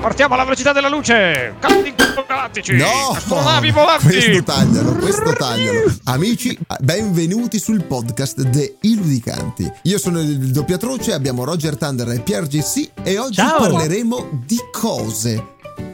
Partiamo alla velocità della luce! Campi galattici! No! Astronavi volanti! Questo taglialo. Amici, benvenuti sul podcast de I Ludicanti. Io sono il doppiatroce, abbiamo Roger Thunder e Pier GC e oggi parleremo di cose.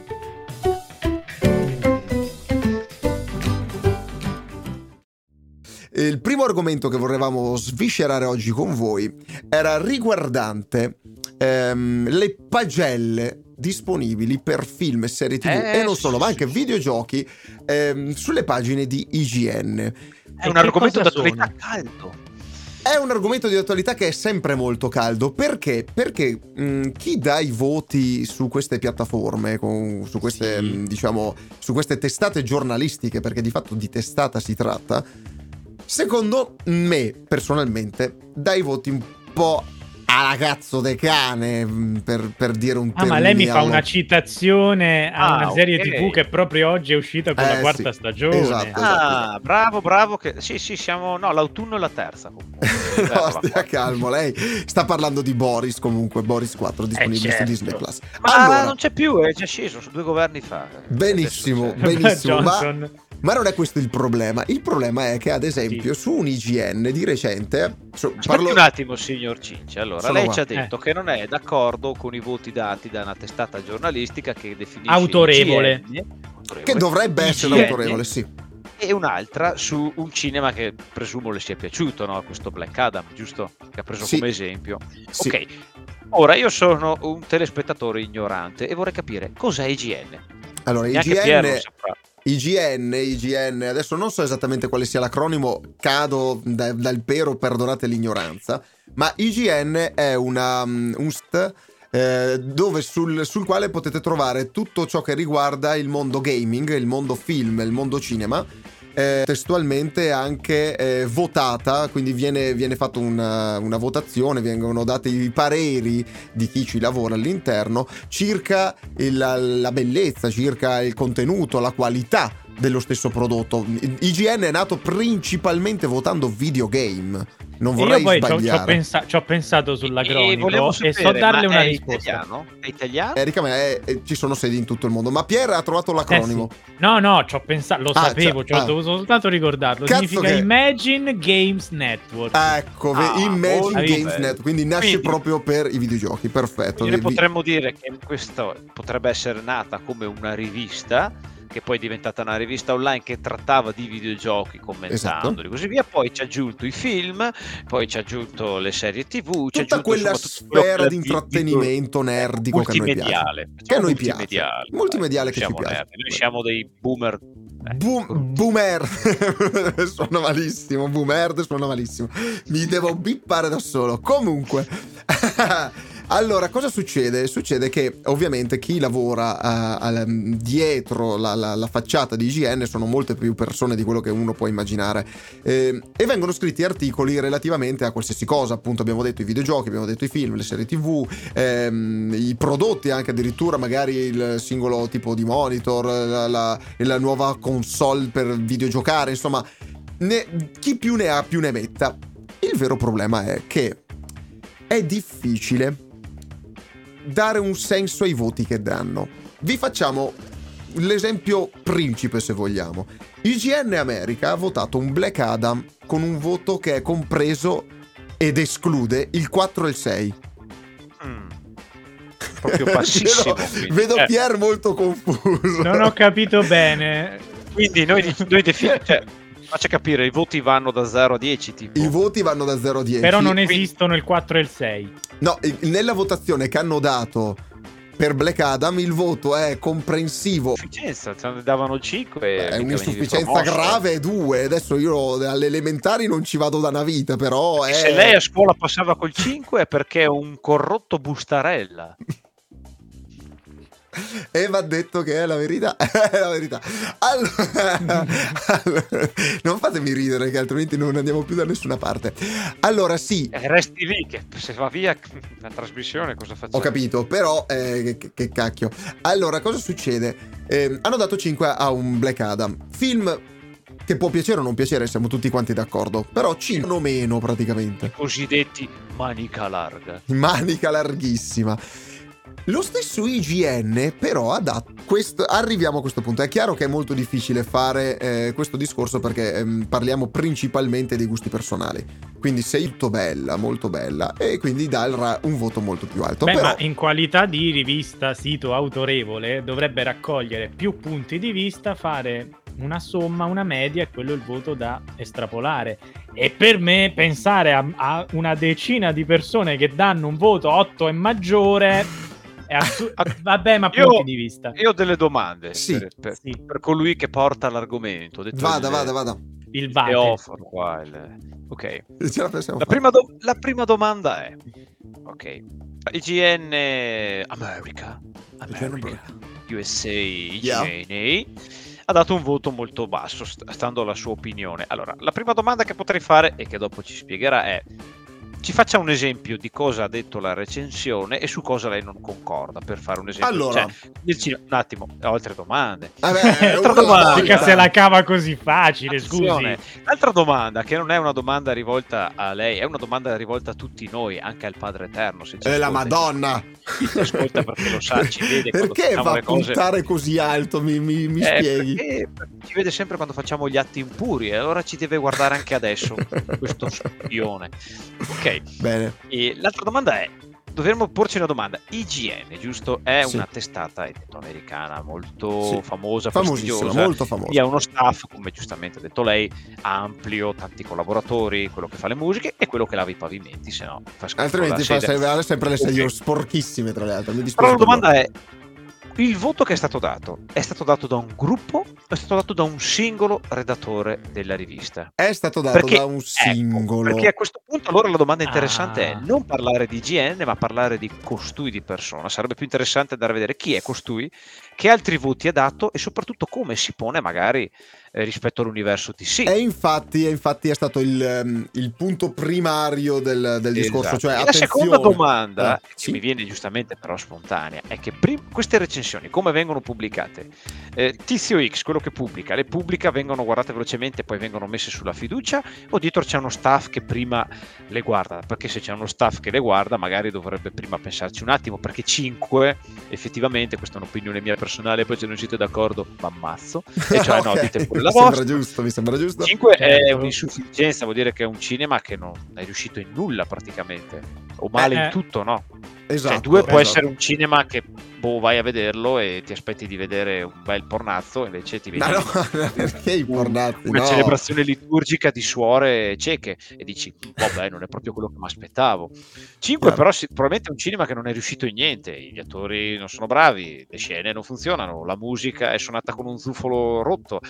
Il primo argomento che volevamo sviscerare oggi con voi era riguardante le pagelle disponibili per film e serie TV e non solo, ma anche videogiochi sulle pagine di IGN. È un argomento d'attualità caldo. È un argomento di attualità che è sempre molto caldo. Perché? Perché chi dà i voti su queste piattaforme, su queste, diciamo, su queste testate giornalistiche, perché di fatto di testata si tratta, secondo me, personalmente, dà i voti un po' alla cazzo de cane, per dire un termine. Ma lei mi fa una citazione a una serie TV che proprio oggi è uscita con la quarta stagione. Esatto. Bravo che sì, siamo l'autunno e la terza comunque. No, stia calmo, lei sta parlando di Boris, comunque Boris 4 disponibile su Disney Plus. Ma allora, non c'è più, è già sceso su 2 governi fa. Benissimo, ma non è questo il problema. Il problema è che, ad esempio, su un IGN di recente un attimo, signor Cinci. Allora, lei ci ha detto che non è d'accordo con i voti dati da una testata giornalistica che definisce autorevole. Che dovrebbe essere autorevole, sì. E un'altra su un cinema che presumo le sia piaciuto, no? Questo Black Adam, giusto? Che ha preso come esempio. Sì. Ok, ora io sono un telespettatore ignorante e vorrei capire cos'è IGN. Allora, IGN, adesso non so esattamente quale sia l'acronimo, cado dal pero, perdonate l'ignoranza, ma IGN è un dove sul quale potete trovare tutto ciò che riguarda il mondo gaming, il mondo film, il mondo cinema, testualmente anche votata, quindi viene fatta una votazione, vengono dati i pareri di chi ci lavora all'interno circa la bellezza, circa il contenuto, la qualità dello stesso prodotto. IGN è nato principalmente votando videogame. Non vorrei sbagliare. Ci ho pensato sull'acronimo e so darle una risposta. È italiano? Erika, ci sono sedi in tutto il mondo, ma Pier ha trovato l'acronimo. Sì. No, ci ho pensato, lo sapevo, dovuto soltanto ricordarlo. Significa Imagine Games Network. Ecco, Imagine Games Network, quindi nasce proprio per i videogiochi, perfetto. Potremmo dire che questa potrebbe essere nata come una rivista, che poi è diventata una rivista online che trattava di videogiochi, commentandoli, così via. Poi ci ha aggiunto i film, poi ci ha aggiunto le serie TV, tutta quella sfera di intrattenimento nerdico multimediale, che a noi piace, multimediale che ci piace. Noi siamo dei boomer. Boomer suona malissimo. Mi devo bippare da solo. Comunque allora, cosa succede? Succede che ovviamente chi lavora dietro la facciata di IGN sono molte più persone di quello che uno può immaginare, e vengono scritti articoli relativamente a qualsiasi cosa. Appunto, abbiamo detto i videogiochi, abbiamo detto i film, le serie TV, i prodotti, anche addirittura magari il singolo tipo di monitor, la nuova console per videogiocare, insomma, chi più ne ha più ne metta. Il vero problema è che è difficile dare un senso ai voti che danno. Vi facciamo l'esempio principe, se vogliamo. IGN America ha votato un Black Adam con un voto che è compreso ed esclude il 4 e il 6. Proprio bassissimo. Vedo Pier molto confuso. Non ho capito bene. Quindi noi definiamo, faccia capire, i voti vanno da 0 a 10 tipo. I voti vanno da 0 a 10. Però non esistono il 4 e il 6. No, nella votazione che hanno dato per Black Adam il voto è comprensivo. Insufficienza, ne davano 5. È un'insufficienza grave, 2. Adesso io alle elementari non ci vado da una vita, però se lei a scuola passava col 5 è perché è un corrotto bustarella. E va detto che è la verità. È la verità. Allora, non fatemi ridere, che altrimenti non andiamo più da nessuna parte. Allora, sì, resti lì, che se va via la trasmissione cosa facciamo? Ho capito, però che cacchio. Allora, cosa succede? Hanno dato 5 a un Black Adam, film che può piacere o non piacere, siamo tutti quanti d'accordo, però 5 o meno praticamente. I cosiddetti manica larga. Manica larghissima. Lo stesso IGN però ha dato arriviamo a questo punto. È chiaro che è molto difficile fare questo discorso perché parliamo principalmente dei gusti personali, quindi sei molto bella e quindi dà un voto molto più alto. Beh, però... ma in qualità di rivista, sito autorevole, dovrebbe raccogliere più punti di vista, fare una somma, una media, e quello è il voto da estrapolare. E per me pensare a una decina di persone che danno un voto 8 e maggiore è vabbè, ma punti di vista. Io ho delle domande sì. per colui che porta l'argomento. Vada. Il vate. Qua, ok. La prima domanda è: ok, IGN America, USA, IGN ha dato un voto molto basso, stando alla sua opinione. Allora, la prima domanda che potrei fare e che dopo ci spiegherà è: ci faccia un esempio di cosa ha detto la recensione e su cosa lei non concorda, per fare un esempio. Allora, un attimo, ho altre domande. Altra domanda. Mica se la cava così facile, attenzione. Scusi. Altra domanda, che non è una domanda rivolta a lei, è una domanda rivolta a tutti noi, anche al Padre Eterno. Se ci la Madonna! Ci ascolta perché lo sa, ci vede. Perché va a puntare così alto? Mi spieghi? Perché ci vede sempre quando facciamo gli atti impuri, e allora ci deve guardare anche adesso, questo spione. Ok. Bene. E l'altra domanda è: dovremmo porci una domanda. IGN, giusto? È una testata americana molto famosa, prestigiosa, molto famosa. E ha uno staff, come giustamente ha detto lei, ampio, tanti collaboratori, quello che fa le musiche e quello che lava i pavimenti, se no fa schifo. Altrimenti fa sempre le sedie sporchissime, tra le altre. Mi dispiace. Però la domanda è: il voto che è stato dato da un gruppo o è stato dato da un singolo redattore della rivista? È stato dato da un singolo. Perché a questo punto allora la domanda interessante è non parlare di IGN, ma parlare di costui di persona. Sarebbe più interessante andare a vedere chi è costui, che altri voti ha dato e soprattutto come si pone magari rispetto all'universo TC. E infatti è stato il punto primario del discorso. Cioè, la seconda domanda, che mi viene giustamente però spontanea, è che queste recensioni come vengono pubblicate? Tizio X, quello che pubblica, le pubblica, vengono guardate velocemente e poi vengono messe sulla fiducia, o dietro c'è uno staff che prima le guarda? Perché se c'è uno staff che le guarda magari dovrebbe prima pensarci un attimo, perché 5 effettivamente, questa è un'opinione mia personale, poi se non siete d'accordo m'ammazzo, e cioè no, dite pure la vostra. Mi sembra giusto. 5 è un'insufficienza, vuol dire che è un cinema che non è riuscito in nulla praticamente, o male in tutto, no? Esatto. Cioè, 2 può essere un cinema che vai a vederlo e ti aspetti di vedere un bel pornazzo, invece ti vedi perché i pornazzi? Una celebrazione liturgica di suore cieche e dici vabbè, non è proprio quello che mi aspettavo. 5 però probabilmente è un cinema che non è riuscito in niente, gli attori non sono bravi, le scene non funzionano, la musica è suonata con un zufolo rotto,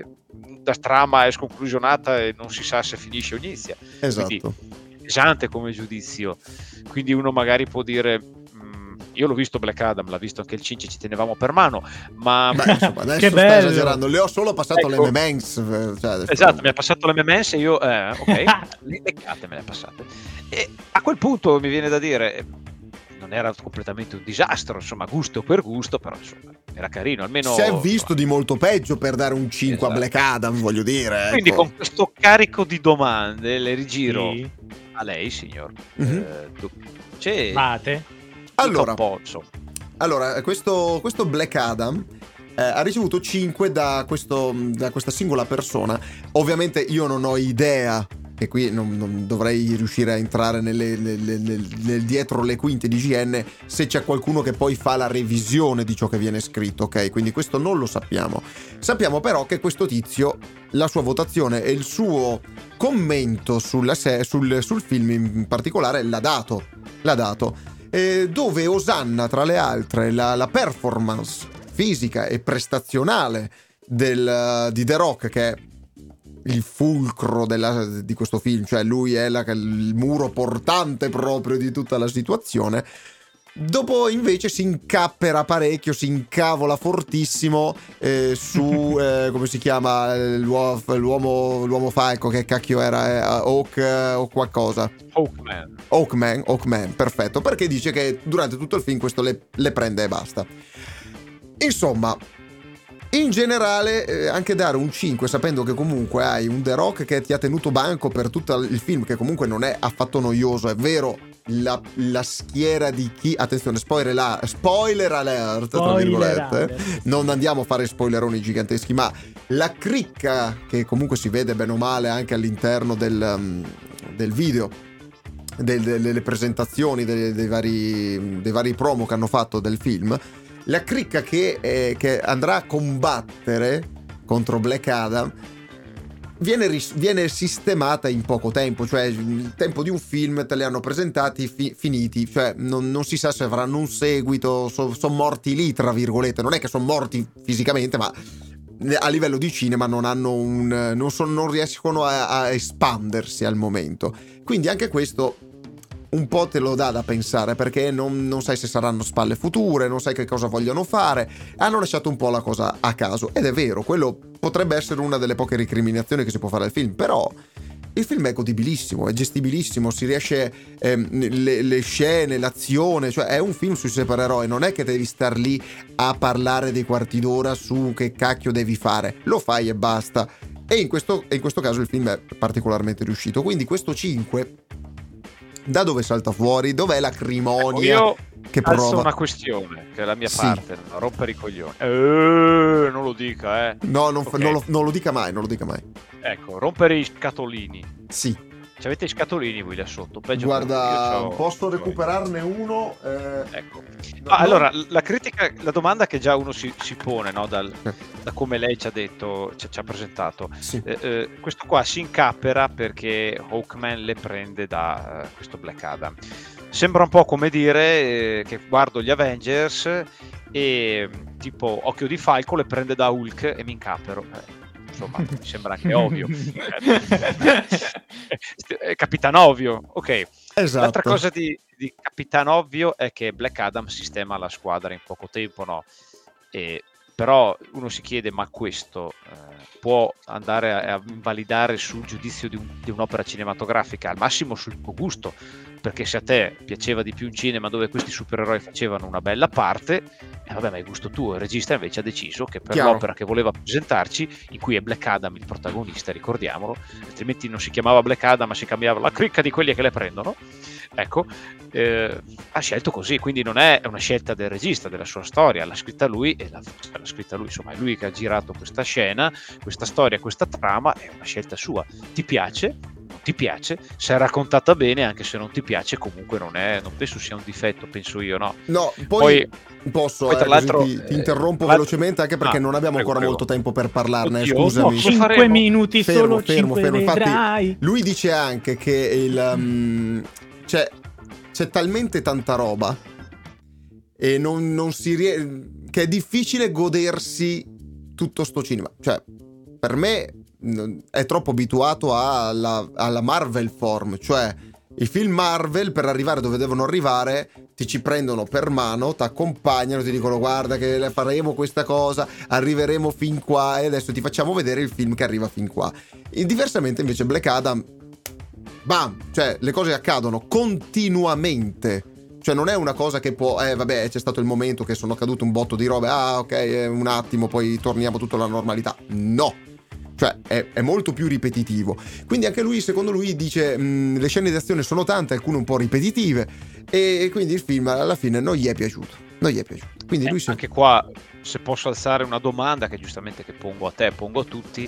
la trama è sconclusionata e non si sa se finisce o inizia. Esatto. Quindi, pesante come giudizio, quindi uno magari può dire io l'ho visto Black Adam, l'ha visto anche il Cinci, ci tenevamo per mano, ma insomma, adesso sta esagerando, le ho solo passato le M&M's, esatto, mi ha passato le M&M's e io ok, le beccate me le ha passate, e a quel punto mi viene da dire non era completamente un disastro, insomma, gusto per gusto, però insomma era carino, almeno si è visto di molto peggio per dare un 5 a Black Adam, voglio dire, ecco. Quindi con questo carico di domande le rigiro a lei, signor. Vate. Allora, questo Black Adam ha ricevuto 5 da questa singola persona. Ovviamente io non ho idea, e qui non dovrei riuscire a entrare nel dietro le quinte di IGN, se c'è qualcuno che poi fa la revisione di ciò che viene scritto, ok? Quindi questo non lo sappiamo. Sappiamo però che questo tizio, la sua votazione e il suo commento sul film in particolare l'ha dato. Dove osanna tra le altre la performance fisica e prestazionale di The Rock, che è il fulcro di questo film, cioè lui è il muro portante proprio di tutta la situazione. Dopo invece si incappera parecchio, si incavola fortissimo su come si chiama l'uomo falco, che cacchio era, Hawkman, perfetto, perché dice che durante tutto il film questo le prende e basta. Insomma, in generale anche dare un 5 sapendo che comunque hai un The Rock che ti ha tenuto banco per tutto il film, che comunque non è affatto noioso, è vero, la schiera di chi, attenzione, spoiler alert, tra virgolette, non andiamo a fare spoileroni giganteschi, ma la cricca che comunque si vede bene o male anche all'interno del video, delle presentazioni, dei vari promo che hanno fatto del film, la cricca che andrà a combattere contro Black Adam viene sistemata in poco tempo, cioè il tempo di un film te li hanno presentati finiti, cioè non si sa se avranno un seguito, sono morti lì, tra virgolette, non è che sono morti fisicamente, ma a livello di cinema non hanno non riescono a espandersi al momento, quindi anche questo un po' te lo dà da pensare, perché non sai se saranno spalle future, non sai che cosa vogliono fare, hanno lasciato un po' la cosa a caso, ed è vero, quello potrebbe essere una delle poche recriminazioni che si può fare al film, però il film è godibilissimo, è gestibilissimo, si riesce, le scene, l'azione, cioè è un film sui supereroi, non è che devi star lì a parlare dei quarti d'ora su che cacchio devi fare, lo fai e basta, e in questo caso il film è particolarmente riuscito, quindi questo 5 da dove salta fuori? Dov'è l'acrimonia? Io che prova? alzo una questione, che è la mia parte, rompere i coglioni. Non lo dica, No, okay. non lo dica mai, non lo dica mai. Ecco, rompere i scatolini. Sì. Ci avete i scatolini voi là sotto? Peggio guarda, posso recuperarne uno? Ecco. Allora, la critica, la domanda che già uno si pone, no? Da come lei ci ha detto, ci ha presentato. Sì. Questo qua si incappera perché Hawkman le prende da questo Black Adam. Sembra un po' come dire che guardo gli Avengers e tipo Occhio di Falco le prende da Hulk e mi incappero. Insomma, mi sembra anche ovvio. Capitan Ovvio, ok. Esatto. L'altra cosa di Capitan Ovvio è che Black Adam sistema la squadra in poco tempo, no? Però uno si chiede, ma questo può andare a invalidare sul giudizio di un'opera cinematografica? Al massimo sul tuo gusto, perché se a te piaceva di più un cinema dove questi supereroi facevano una bella parte, vabbè, ma è gusto tuo. Il regista invece ha deciso che per l'opera che voleva presentarci, in cui è Black Adam il protagonista, ricordiamolo, altrimenti non si chiamava Black Adam ma si cambiava la cricca di quelli che le prendono, ecco, ha scelto così, quindi non è una scelta del regista, della sua storia, l'ha scritta lui, insomma è lui che ha girato questa scena, questa storia, questa trama, è una scelta sua. Ti piace? Ti piace, se è raccontata bene, anche se non ti piace, comunque non penso sia un difetto, penso io, no? No, poi posso, tra l'altro, ti interrompo velocemente anche perché non abbiamo ancora molto tempo per parlarne. Oddio, scusami. 5 minuti fermo, solo, 5 Infatti, lui dice anche che c'è talmente tanta roba e non si che è difficile godersi tutto sto cinema. Cioè, per me è troppo abituato alla Marvel form, cioè i film Marvel per arrivare dove devono arrivare ti ci prendono per mano, ti accompagnano, ti dicono guarda che faremo questa cosa, arriveremo fin qua e adesso ti facciamo vedere il film che arriva fin qua. Diversamente invece Black Adam, bam, cioè le cose accadono continuamente. Cioè non è una cosa che può, vabbè, c'è stato il momento che sono cadute un botto di robe, ok, un attimo, poi torniamo tutto alla normalità. No, cioè è molto più ripetitivo. Quindi anche lui, secondo lui, dice le scene di azione sono tante, alcune un po' ripetitive, e quindi il film alla fine non gli è piaciuto. Quindi lui anche qua, se posso alzare una domanda che giustamente che pongo a te, pongo a tutti,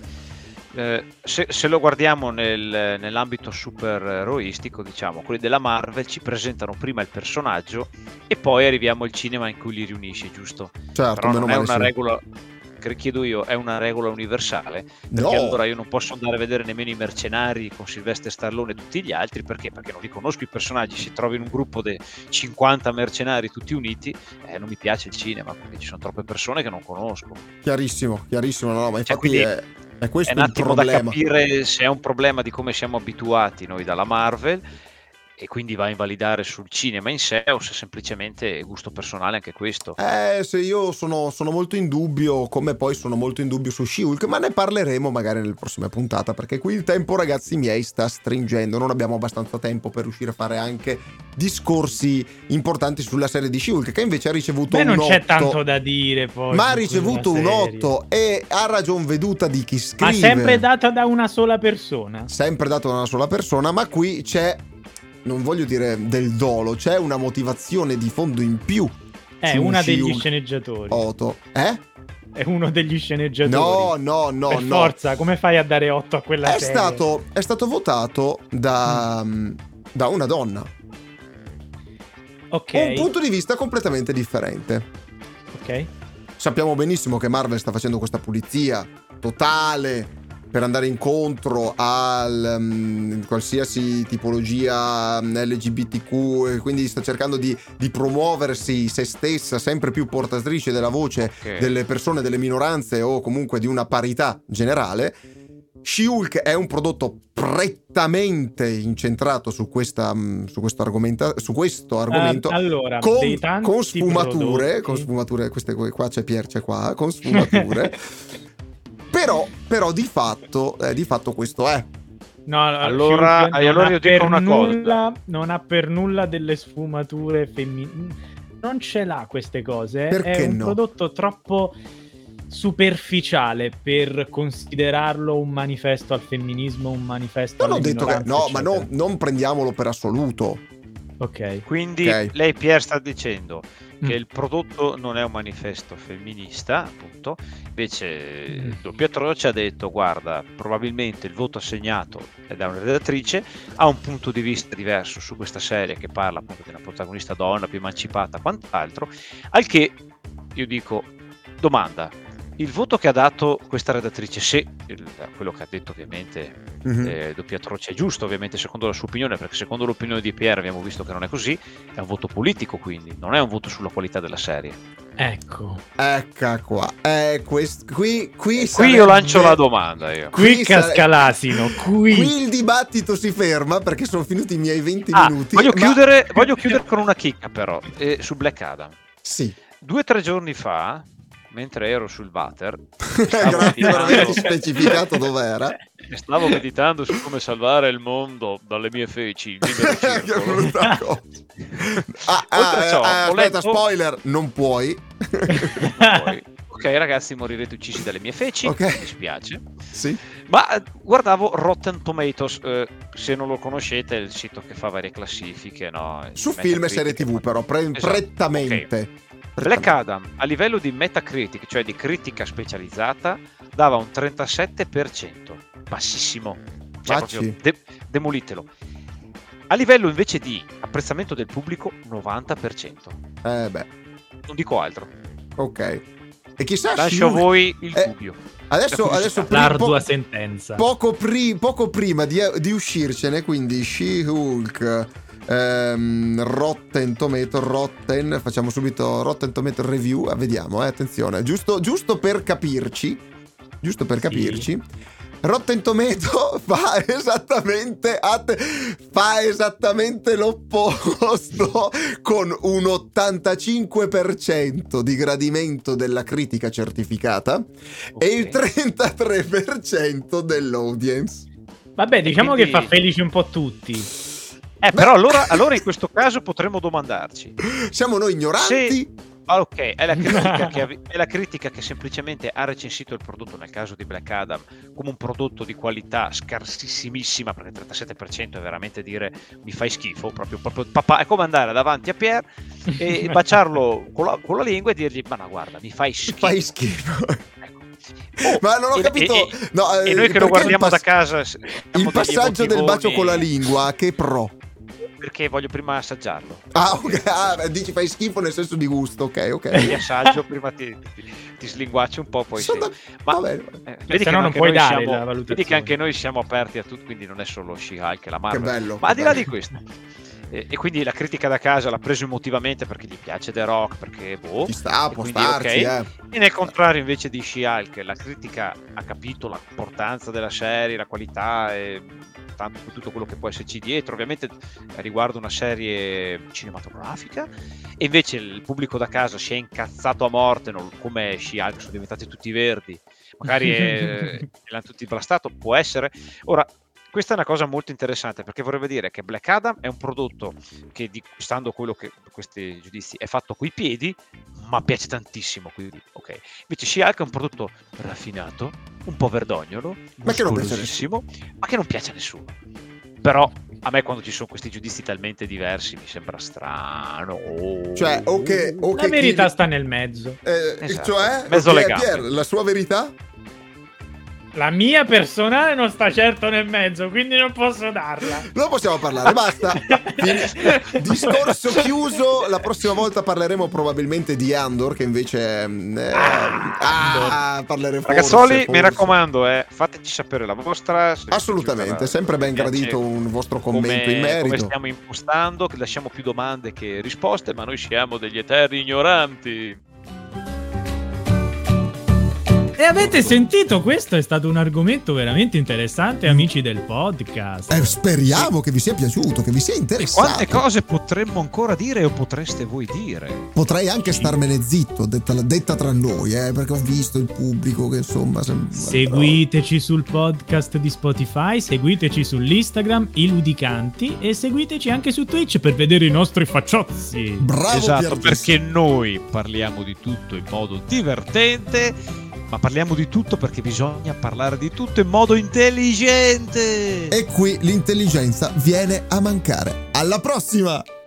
se lo guardiamo nell'ambito supereroistico, diciamo, quelli della Marvel ci presentano prima il personaggio e poi arriviamo al cinema in cui li riunisce, giusto? Certo, però non è una regola, che chiedo io, è una regola universale? Perché allora io non posso andare a vedere nemmeno i Mercenari con Sylvester Stallone e tutti gli altri, perché non li conosco i personaggi. Se trovo in un gruppo di 50 mercenari tutti uniti, non mi piace il cinema, perché ci sono troppe persone che non conosco. Chiarissimo, no, ma infatti quindi è questo è un attimo il problema. da capire se è un problema di come siamo abituati noi dalla Marvel e quindi va a invalidare sul cinema in sé, o se semplicemente è gusto personale anche questo. Se io sono molto in dubbio, come poi sono molto in dubbio su She-Hulk, ma ne parleremo magari nelle prossime puntate, perché qui il tempo, ragazzi miei, sta stringendo, non abbiamo abbastanza tempo per riuscire a fare anche discorsi importanti sulla serie di She-Hulk, che invece ha ricevuto un 8. Non c'è tanto da dire poi, ma ha ricevuto un 8 e ha ragion veduta di chi scrive. Ma sempre data da una sola persona, ma qui c'è non voglio dire del dolo, c'è una motivazione di fondo in più. È una degli sceneggiatori. Otto. È uno degli sceneggiatori. No. Per forza, come fai a dare 8 a quella serie? È stato votato da una donna. Ok. Un punto di vista completamente differente. Ok. Sappiamo benissimo che Marvel sta facendo questa pulizia totale per andare incontro a qualsiasi tipologia LGBTQ, e quindi sta cercando di promuoversi se stessa sempre più portatrice della voce delle persone, delle minoranze, o comunque di una parità generale. She-Hulk è un prodotto prettamente incentrato su questo argomento, allora, con sfumature, queste qua c'è Pier, c'è qua, con sfumature. Però di fatto questo è. No, allora io dico una cosa. Non ha per nulla delle sfumature femminili. Non ce l'ha queste cose. Perché è un prodotto troppo superficiale per considerarlo un manifesto al femminismo, un manifesto alle minoranze. No, ma non prendiamolo per assoluto. Ok. Quindi lei, Pier, sta dicendo che il prodotto non è un manifesto femminista, appunto. Invece Doppia Atroce ha detto: guarda, probabilmente il voto assegnato è da una redattrice, ha un punto di vista diverso su questa serie, che parla appunto di una protagonista donna più emancipata, quant'altro. Al che io dico: domanda, il voto che ha dato questa redattrice, se quello che ha detto ovviamente Doppia Atroce è giusto, ovviamente secondo la sua opinione, perché secondo l'opinione di Pierre abbiamo visto che non è così, è un voto politico, quindi non è un voto sulla qualità della serie. Ecca qua. Qui io lancio la domanda. Qui casca l'asino. Qui il dibattito si ferma, perché sono finiti i miei 20 minuti. Voglio chiudere con una chicca, però, su Black Adam. Sì. 2 o 3 giorni fa, mentre ero sul water, grazie per averti specificato dov'era. Stavo meditando su come salvare il mondo dalle mie feci. Aspetta, spoiler, non puoi. Ok, ragazzi, morirete uccisi dalle mie feci. Mi dispiace. Sì. Ma guardavo Rotten Tomatoes, se non lo conoscete, è il sito che fa varie classifiche, no? Su film e serie TV, però prettamente. Okay. Black Adam a livello di Metacritic, cioè di critica specializzata, dava un 37%, bassissimo, cioè proprio demolitelo. A livello invece di apprezzamento del pubblico, 90%. Non dico altro. Ok. E chissà, lascio a voi il dubbio. Adesso l'ardua sentenza. Poco prima di uscircene, quindi She-Hulk, Rotten Tomato, facciamo subito Rotten Tomato review, vediamo, attenzione, giusto per capirci. Rotten Tomato fa esattamente l'opposto, con un 85% di gradimento della critica certificata e il 33% dell'audience. Vabbè, diciamo che fa felice un po' tutti. Però allora in questo caso potremmo domandarci: siamo noi ignoranti? È la critica che semplicemente ha recensito il prodotto, nel caso di Black Adam, come un prodotto di qualità scarsissimissima, perché il 37% è veramente dire mi fai schifo, proprio papà, è come andare davanti a Pierre e baciarlo con la lingua e dirgli: ma no, guarda, mi fai schifo. Ma non ho capito. E noi che lo guardiamo da casa, il passaggio del bacio con la lingua, che pro? Perché voglio prima assaggiarlo. Dici fai schifo nel senso di gusto, ok. Ti assaggio, prima ti slinguacci un po', poi vedi che non puoi dare la valutazione. Vedi che anche noi siamo aperti a tutto, quindi non è solo She-Hulk e la Marvel. Che bello. Ma al di là di questo, e quindi la critica da casa l'ha preso emotivamente perché gli piace The Rock, perché ci sta, può starci, E nel contrario invece di She-Hulk, la critica ha capito l'importanza della serie, la qualità e tanto tutto quello che può esserci dietro, ovviamente riguardo una serie cinematografica, e invece il pubblico da casa si è incazzato a morte, come She-Hulk sono diventati tutti verdi, magari l'hanno tutti blastato, può essere. Ora, questa è una cosa molto interessante, perché vorrebbe dire che Black Adam è un prodotto che, stando quello che questi giudizi, è fatto coi piedi, ma piace tantissimo, quindi ok. Invece She-Hulk è un prodotto raffinato, un po' verdognolo, ma che non piace a nessuno. Però a me quando ci sono questi giudizi talmente diversi mi sembra strano. Cioè, la verità sta nel mezzo. Esatto. Cioè, mezzo legame. Pier, la sua verità? La mia personale non sta certo nel mezzo, quindi non posso darla. Non possiamo parlare, basta. Discorso chiuso. La prossima volta parleremo probabilmente di Andor, che invece parleremo. Ragazzoli, forse. mi raccomando, fateci sapere la vostra. Assolutamente, sempre ben gradito un vostro commento in merito. Come stiamo impostando, che lasciamo più domande che risposte, ma noi siamo degli eterni ignoranti. E avete sentito? Questo è stato un argomento veramente interessante, amici del podcast. Speriamo che vi sia piaciuto, che vi sia interessato. Quante cose potremmo ancora dire o potreste voi dire? Potrei anche starmene zitto, detta tra noi, perché ho visto il pubblico che insomma seguiteci sul podcast di Spotify, seguiteci sull'Instagram I Ludicanti e seguiteci anche su Twitch per vedere i nostri facciozzi. Bravo, esatto, perché noi parliamo di tutto in modo divertente, ma parliamo di tutto perché bisogna parlare di tutto in modo intelligente. E qui l'intelligenza viene a mancare. Alla prossima!